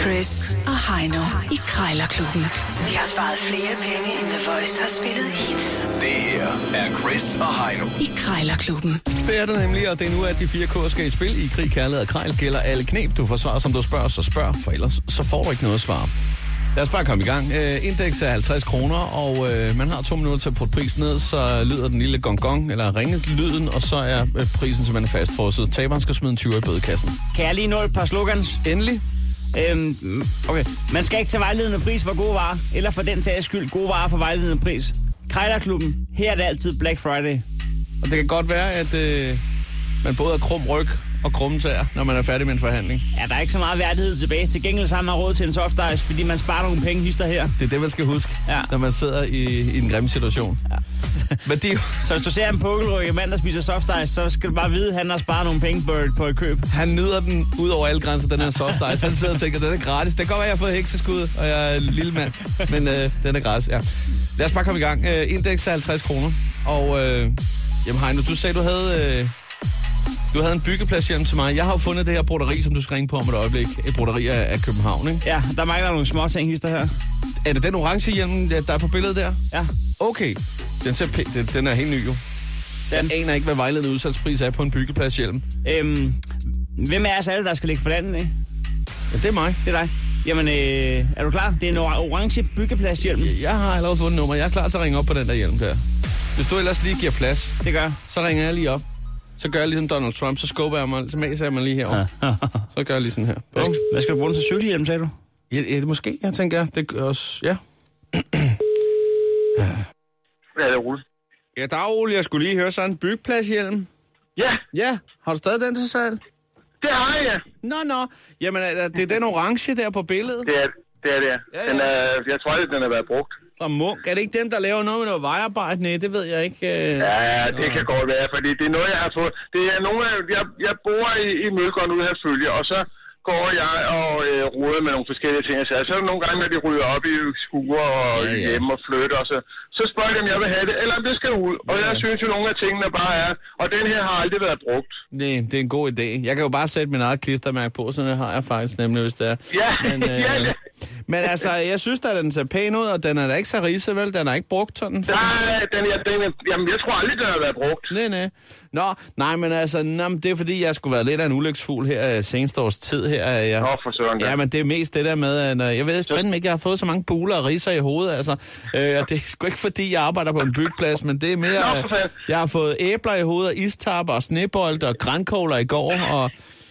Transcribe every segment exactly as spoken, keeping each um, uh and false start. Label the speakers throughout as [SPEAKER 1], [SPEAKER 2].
[SPEAKER 1] Chris og Heino i Krejlerklubben. De har sparet flere penge, end The Voice har spillet hits.
[SPEAKER 2] Det her er Chris og Heino
[SPEAKER 1] i Krejlerklubben.
[SPEAKER 3] Det er det nemlig, og det er nu, at de fire K'er skal i spil i Krig, Kærlighed og Krejl. Gælder alle knep. Du får svar, som du spørger, så spørg, for ellers så får du ikke noget svar. Lad os bare komme i gang. Uh, indeks er halvtreds kroner, og uh, man har to minutter til at putte prisen ned, så lyder den lille gong-gong, eller ringelyden, og så er uh, prisen simpelthen fastfrosset. Taberen skal smide en tyver i bødekassen.
[SPEAKER 4] Kan jeg lige nå et par slogans?
[SPEAKER 3] Endelig.
[SPEAKER 4] Øhm, okay. Man skal ikke tage vejledende pris for gode varer, eller for den sags skyld gode varer for vejledende pris. Krejlerklubben, her er det altid Black Friday.
[SPEAKER 3] Og det kan godt være, at uh, man både har krum ryg og krumme tæer, når man er færdig med en forhandling.
[SPEAKER 4] Ja, der er ikke så meget værdighed tilbage. Til gengæld så har man råd til en soft ice, fordi man sparer nogle penge hister her.
[SPEAKER 3] Det er det, man skal huske,
[SPEAKER 4] ja.
[SPEAKER 3] Når man sidder i, i en grim situation.
[SPEAKER 4] Ja.
[SPEAKER 3] Men det...
[SPEAKER 4] Så hvis du ser en pukkelrygge mand, der spiser soft ice, så skal du bare vide, at han har sparet nogle penge på, på et køb.
[SPEAKER 3] Han nyder den ud over alle grænser, den her soft ice. Han sidder og tænker, den er gratis. Det kan godt være, at jeg har fået hekseskud, og jeg er en lille mand. Men øh, den er gratis, ja. Lad os bare komme i gang. Øh, indeks er halvtreds kroner. Og øh, jamen Heino, du sagde, du havde... Øh, Du havde en byggepladshjelm til mig. Jeg har jo fundet det her broderi, som du skal ringe på om et øjeblik. Et broderi af, af København, ikke?
[SPEAKER 4] Ja, der mangler nogle små ting hister her.
[SPEAKER 3] Er det den orange hjelm, der er på billedet der?
[SPEAKER 4] Ja.
[SPEAKER 3] Okay. Den, ser p- den, den er helt ny jo. Den. Jeg aner ikke, hvad vejledende udsalgspris er på en byggepladshjelm.
[SPEAKER 4] Øhm, hvem er os alle, der skal ligge for landet, ikke?
[SPEAKER 3] Ja, det er mig.
[SPEAKER 4] Det er dig. Jamen, øh, er du klar? Det er en orange byggepladshjelm.
[SPEAKER 3] Jeg, jeg har allerede fundet nummer. Jeg er klar til at ringe op på den der hjelm der. Hvis du ellers lige giver plads.
[SPEAKER 4] Det gør.
[SPEAKER 3] Så ringer jeg lige op. Så gør jeg ligesom Donald Trump, så skubber jeg mig, så maser jeg mig lige herovre. Så gør jeg lige sådan her.
[SPEAKER 4] Hvad skal, hvad skal du bruge den til cykelhjelm, sagde du?
[SPEAKER 3] Ja, ja, det måske, jeg tænker, det gør også, ja.
[SPEAKER 5] Ja, det er Ole.
[SPEAKER 3] Ja, dag Ole, jeg skulle lige høre sådan en byggepladshjelm.
[SPEAKER 5] Ja.
[SPEAKER 3] Ja, har du stadig den til salg?
[SPEAKER 5] Det har jeg, ja.
[SPEAKER 3] Nå, nå. Jamen, det er den orange der på billedet?
[SPEAKER 5] Det er det, er det.
[SPEAKER 3] Ja, ja.
[SPEAKER 5] Den er, jeg tror ikke, den har været brugt.
[SPEAKER 3] Fra Munk. Er det ikke dem, der laver noget med noget vejarbejde? Nej, det ved jeg ikke.
[SPEAKER 5] Ja, det kan godt være, fordi det er noget, jeg har fået. Det er nogle af, jeg, jeg bor i, i Mølgården ude her følge, og så går jeg og øh, roder med nogle forskellige ting. Så er der nogle gange, når de ryger op i skuer og ja, ja. hjemme og flytter, og så, så spørger jeg dem, om jeg vil have det, eller om det skal ud. Og ja. Jeg synes jo, nogle af tingene bare er, og den her har aldrig været brugt.
[SPEAKER 3] Nej, det er en god idé. Jeg kan jo bare sætte min eget klistermærke på, så det har jeg faktisk nemlig, hvis det er.
[SPEAKER 5] Ja,
[SPEAKER 3] men, øh, ja, ja. Men altså, jeg synes da, den ser pæn ud, og den er da ikke så ridse, vel? Den er ikke brugt sådan.
[SPEAKER 5] Nej, den, ja, den, jamen, jeg tror aldrig, den har været brugt.
[SPEAKER 3] Nej, nej. Nå, nej, men altså, nå, det er fordi, jeg skulle være lidt af en ulyksfugl her seneste års tid her. Jeg,
[SPEAKER 5] Nå, for søren da.
[SPEAKER 3] Ja, men det er mest det der med, at jeg ved fandme ikke, jeg har fået så mange buler og ridser i hovedet, altså. Øh, det er sgu ikke fordi, jeg arbejder på en byggeplads, men det er mere,
[SPEAKER 5] Nå,
[SPEAKER 3] øh, jeg har fået æbler i hovedet, og istapper og snebolde og grankogler i går, og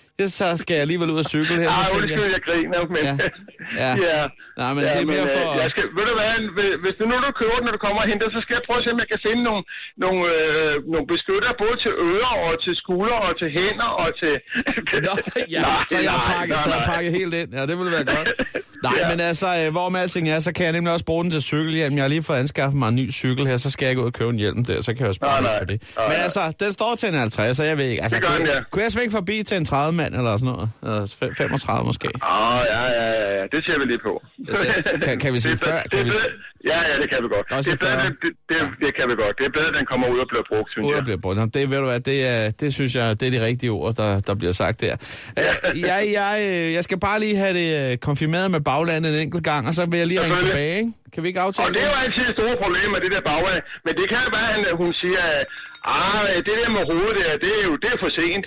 [SPEAKER 3] så skal jeg alligevel ud og cykle her.
[SPEAKER 5] Ej,
[SPEAKER 3] så
[SPEAKER 5] undskyld, jeg, jeg griner, men...
[SPEAKER 3] Ja. Ja.
[SPEAKER 5] ja.
[SPEAKER 3] Nej, men
[SPEAKER 5] ja,
[SPEAKER 3] det er mere
[SPEAKER 5] men,
[SPEAKER 3] for...
[SPEAKER 5] Jeg skal, ved du hvad, hvis du nu du køber den, når du kommer og henter, så skal jeg prøve at se, om jeg kan finde nogle, nogle, øh, nogle beskytter, både til ører og til skuldre og til hænder og til...
[SPEAKER 3] Nå, ja, nej, så jeg har pakket, nej, så jeg pakket helt ind. Ja, det ville være godt. Nej, ja. Men altså, hvor med alting er, så kan jeg nemlig også bruge den til cykelhjelm. Jeg har lige fået anskaffet mig en ny cykel her, så skal jeg gå ud og købe en hjelm der, så kan jeg også spare lidt på det. Nej, men altså, den står til en halvtreds, så jeg ved ikke. Altså,
[SPEAKER 5] det gør den, ja.
[SPEAKER 3] Kunne, kunne jeg svinge forbi til en tredive mand eller sådan noget? Eller femogtredive måske?
[SPEAKER 5] Åh, oh, ja, ja, ja, det ser vi lige på.
[SPEAKER 3] Kan, kan vi sige før? Kan vi...
[SPEAKER 5] Ja, ja, det kan vi godt. Det, bedre, det, det, det, det kan vi godt. Det er bedre, at den kommer ud og bliver brugt, synes
[SPEAKER 3] ud
[SPEAKER 5] jeg.
[SPEAKER 3] og bliver brugt. Det, ved du hvad, det, er, det synes jeg, det er de rigtige ord, der, der bliver sagt der. Ja. Jeg, jeg, jeg skal bare lige have det konfirmeret med baglandet en enkelt gang, og så vil jeg lige ringe tilbage, ikke? Kan vi ikke aftale
[SPEAKER 5] det? Og det er jo altid et stort problem med det der bagland. Men det kan være, at hun siger, at ah, det der med hovedet der, det er jo det er for sent.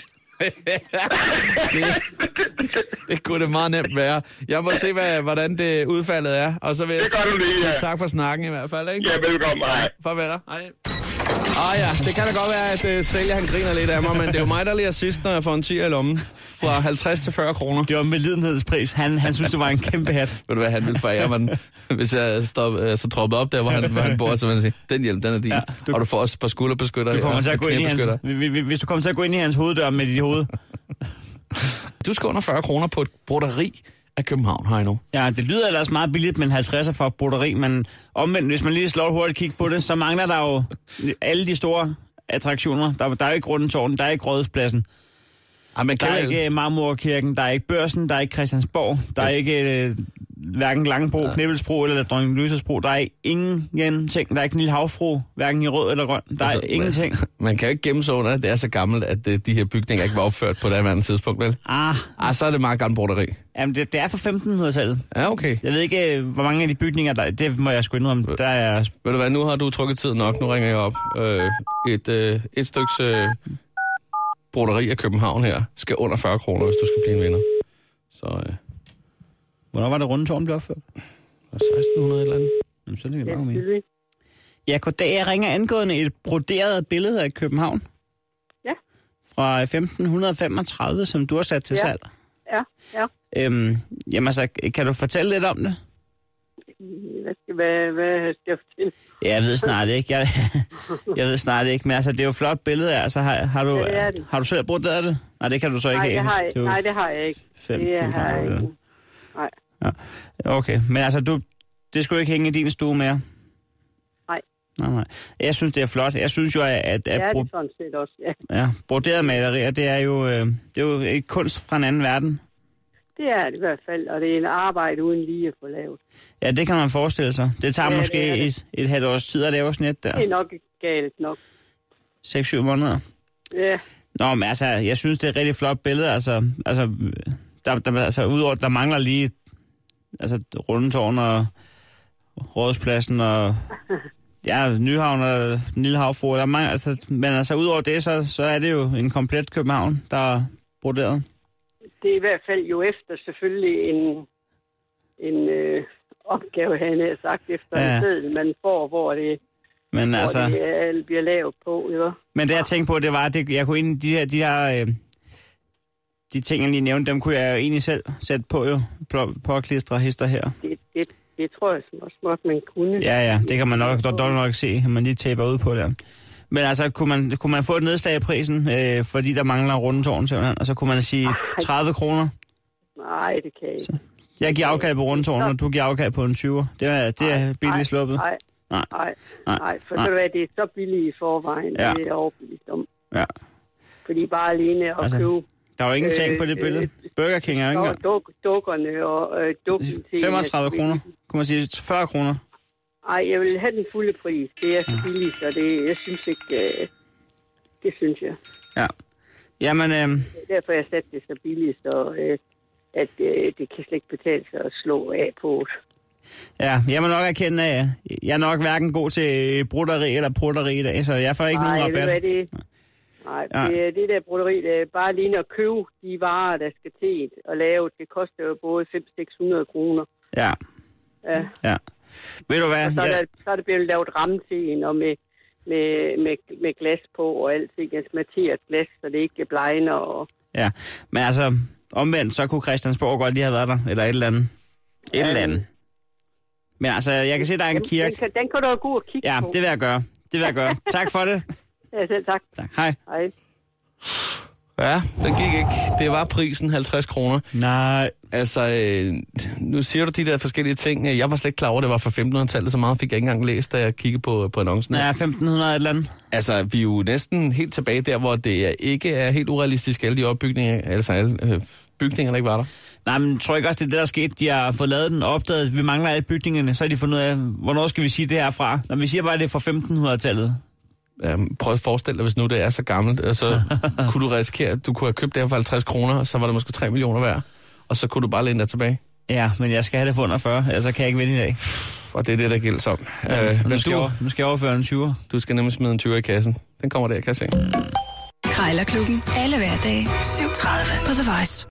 [SPEAKER 3] det, det kunne det meget nemt være. Jeg må se, hvad, hvordan det udfaldet er, og så vil jeg sige ja. Tak for snakken i hvert fald, ikke?
[SPEAKER 5] Ja, velkommen. Hej.
[SPEAKER 3] Farvel. Hej. Ah ja, det kan da godt være, at uh, sælger han griner lidt af mig, men det er jo mig, der lige er sidst, når jeg får en tier i lommen. Fra halvtreds til fyrre kroner.
[SPEAKER 4] Det var med lidenhedspris. Han, han synes, det var en kæmpe hat.
[SPEAKER 3] Ved du hvad, han ville forære mig, hvis jeg stop, uh, så troppede op der, hvor han, hvor han bor, så vil han sige, den hjelm, den er din. Ja, du, og du får også et par skulderbeskytter.
[SPEAKER 4] Du kommer til at gå ind i hans, hvis du kommer til at gå ind i hans hoveddør med dit hoved.
[SPEAKER 3] Du skal under fyrre kroner på et broderi af København, Heino.
[SPEAKER 4] Ja, det lyder ellers meget billigt, men halvtredser for broderi, men omvendt, hvis man lige slår hurtigt kig på det, så mangler der jo alle de store attraktioner. Der, der er ikke Rundetårn, der er ikke Rådhuspladsen.
[SPEAKER 3] Ja, men
[SPEAKER 4] der er ikke Marmorkirken, der er ikke Børsen, der er ikke Christiansborg, der er ikke øh, hverken Langebro, ja. Knibbelsbro eller Dronning Louises Bro. Der er ingenting. Der er ikke en lille havfru, hverken i rød eller grøn. Der altså, er ingenting.
[SPEAKER 3] Man, man kan jo ikke gemme sig under, at det er så gammelt, at uh, de her bygninger ikke var opført på det andet tidspunkt, vel?
[SPEAKER 4] Ah.
[SPEAKER 3] Ah, så er det meget gammelt broderi.
[SPEAKER 4] Jamen, det, det er fra femtenhundredetallet.
[SPEAKER 3] Ja, okay.
[SPEAKER 4] Jeg ved ikke, hvor mange af de bygninger, der det må jeg sgu indrømme. Der er...
[SPEAKER 3] Ved du hvad, nu har du trukket tid nok. Nu ringer jeg op. Øh, et, øh, et styks øh, broderi af København her skal under fyrre kroner, hvis du skal blive en vinder. Så... Øh,
[SPEAKER 4] Hvornår var det Rundetårn blev opført?
[SPEAKER 3] seksten hundrede eller andet.
[SPEAKER 4] Jamen, så er det meget mere. Ja, goddag. Jeg ringer angående et broderet billede af København.
[SPEAKER 6] Ja. Fra
[SPEAKER 4] femten femogtredive, som du har sat til
[SPEAKER 6] ja.
[SPEAKER 4] salg.
[SPEAKER 6] Ja, ja.
[SPEAKER 4] Øhm, jamen altså, kan du fortælle lidt om det?
[SPEAKER 6] Hvad skal, hvad, hvad skal jeg fortælle?
[SPEAKER 4] Ja, jeg ved snart ikke. Jeg, jeg ved snart ikke, men altså, det er jo et flot billede. Altså, har, har, du,
[SPEAKER 6] ja,
[SPEAKER 4] har du selv broderet det? Nej, det kan du så ikke.
[SPEAKER 6] Nej, det har jeg,
[SPEAKER 4] det
[SPEAKER 6] nej, det har jeg ikke. Det har jeg ikke. Nej.
[SPEAKER 4] Ja. Okay, men altså, du, det skulle ikke hænge i din stue mere?
[SPEAKER 6] Nej.
[SPEAKER 4] Nej, nej. Jeg synes, det er flot. Jeg synes jo, at... at
[SPEAKER 6] ja, det er sådan set også, ja.
[SPEAKER 4] Ja, broderet malerier, det er jo, øh, det er jo et kunst fra en anden verden. Det
[SPEAKER 6] er det i hvert fald, og det er en arbejde uden lige at få lavet.
[SPEAKER 4] Ja, det kan man forestille sig. Det tager ja, måske det det. Et, et halvt års tid at lave sådan et der.
[SPEAKER 6] Det er nok galt nok.
[SPEAKER 4] seks syv måneder?
[SPEAKER 6] Ja.
[SPEAKER 4] Nå, men altså, jeg synes, det er et rigtig flot billede. Altså, altså, der, der, altså udover, der mangler lige altså, Rundetårn og Rådhuspladsen og ja, Nyhavn og den lille havfru. Der mangler, altså, men altså, udover det, så, så er det jo en komplet København, der er broderet. Det
[SPEAKER 6] er i hvert fald jo efter selvfølgelig en, en øh, opgave, han har sagt, efter ja. En seddel, man får, hvor det,
[SPEAKER 4] men
[SPEAKER 6] hvor
[SPEAKER 4] altså,
[SPEAKER 6] det øh, bliver lavet på. Jo.
[SPEAKER 4] Men det jeg tænkte på, det var, at det, jeg kunne egentlig, de her, de her øh, de ting, jeg lige nævnte, dem kunne jeg jo egentlig selv sætte på, jo, på, på klistre hister her.
[SPEAKER 6] Det, det, det tror jeg også godt, man kunne.
[SPEAKER 4] Ja, ja, det kan man nok, dog, dog nok se, at man lige taber ud på der. Men altså, kunne man, kunne man få et nedslag i prisen, øh, fordi der mangler Rundetårn, simpelthen? Altså, kunne man sige tredive kroner?
[SPEAKER 6] Nej, det kan jeg ikke. Så
[SPEAKER 4] jeg giver afkald på Rundetårn, og du giver afkald på en tyver. Det er, det er billigt sluppet.
[SPEAKER 6] Nej, nej, nej, nej, for nej. Så det er så billigt i forvejen, ja. Det er jeg overbevist om. Ja. Fordi bare alene at altså, købe...
[SPEAKER 4] Der er jo ingenting øh, på det billede. Burger King er jo ikke engang.
[SPEAKER 6] Duk, dukkerne og øh, dukken til...
[SPEAKER 4] femogtredive kroner. Kunne man sige fyrre kroner?
[SPEAKER 6] Ej, jeg vil have den fulde pris. Det er så billigt, så det, jeg synes ikke... Øh, det synes jeg.
[SPEAKER 4] Ja. Jamen... Øh...
[SPEAKER 6] Derfor har jeg sat det så billigt, så øh, at øh, det kan slet ikke betale sig at slå af på.
[SPEAKER 4] Ja, jeg må nok erkende, at jeg er nok hverken god til broderi eller broderi i dag, så jeg får ikke
[SPEAKER 6] Ej,
[SPEAKER 4] nogen rabat.
[SPEAKER 6] Nej, det Nej, ja. det, det der broderi, det er bare lige at købe de varer, der skal til at lave. Det koster jo både fem til seks hundrede kroner.
[SPEAKER 4] Ja.
[SPEAKER 6] Ja.
[SPEAKER 4] Ja. Ved du hvad?
[SPEAKER 6] Og så er,
[SPEAKER 4] jeg...
[SPEAKER 6] der, så er det blevet lavet ramme til en, og med, med, med, med glas på og alt. Altså materet glas, så det ikke blegner. Og...
[SPEAKER 4] Ja, men altså, omvendt, så kunne Christiansborg godt lige have været der, eller et eller andet. Et ja. eller andet. Men altså, jeg kan se, der er en
[SPEAKER 6] den,
[SPEAKER 4] kirke.
[SPEAKER 6] Den kan, den kan du gå og kigge
[SPEAKER 4] ja,
[SPEAKER 6] på.
[SPEAKER 4] Ja, det vil jeg gøre. Det vil jeg gøre. Tak for det.
[SPEAKER 6] Ja, selv tak.
[SPEAKER 4] tak. Hej.
[SPEAKER 6] Hej.
[SPEAKER 3] Ja, den gik ikke. Det var prisen halvtreds kroner.
[SPEAKER 4] Nej.
[SPEAKER 3] Altså, øh, nu siger du de der forskellige ting. Jeg var slet ikke klar over, at det var fra femtenhundredetallet. Så meget fik jeg ikke engang læst, da jeg kiggede på, på annoncen.
[SPEAKER 4] Ja, femten hundrede et eller andet.
[SPEAKER 3] Altså, vi er jo næsten helt tilbage der, hvor det er, ikke er helt urealistisk, alle de opbygninger, altså alle øh, bygninger, der ikke var der. Nej, men tror ikke også, det er det, der er sket. De har fået lavet den opdaget, vi mangler alle bygningerne. Så har de fundet ud af, hvornår skal vi sige det herfra? Når vi siger bare, at det er fra femtenhundredetallet. Ja, prøv at forestille dig, hvis nu det er så gammelt, så kunne du risikere, at du kunne have købt det her for halvtreds kroner, og så var det måske tre millioner værd, og så kunne du bare læne dig tilbage. Ja, men jeg skal have det for under fyrre, ellers kan jeg ikke vinde i dag. Og det er det, der gælder som. Ja, øh, nu, skal du, over, nu skal jeg overføre en tyver. Du skal nemlig smide en tyver i kassen. Den kommer der, kan jeg se.
[SPEAKER 1] Krejlerklubben. Alle hverdage. syv tredive på The Voice.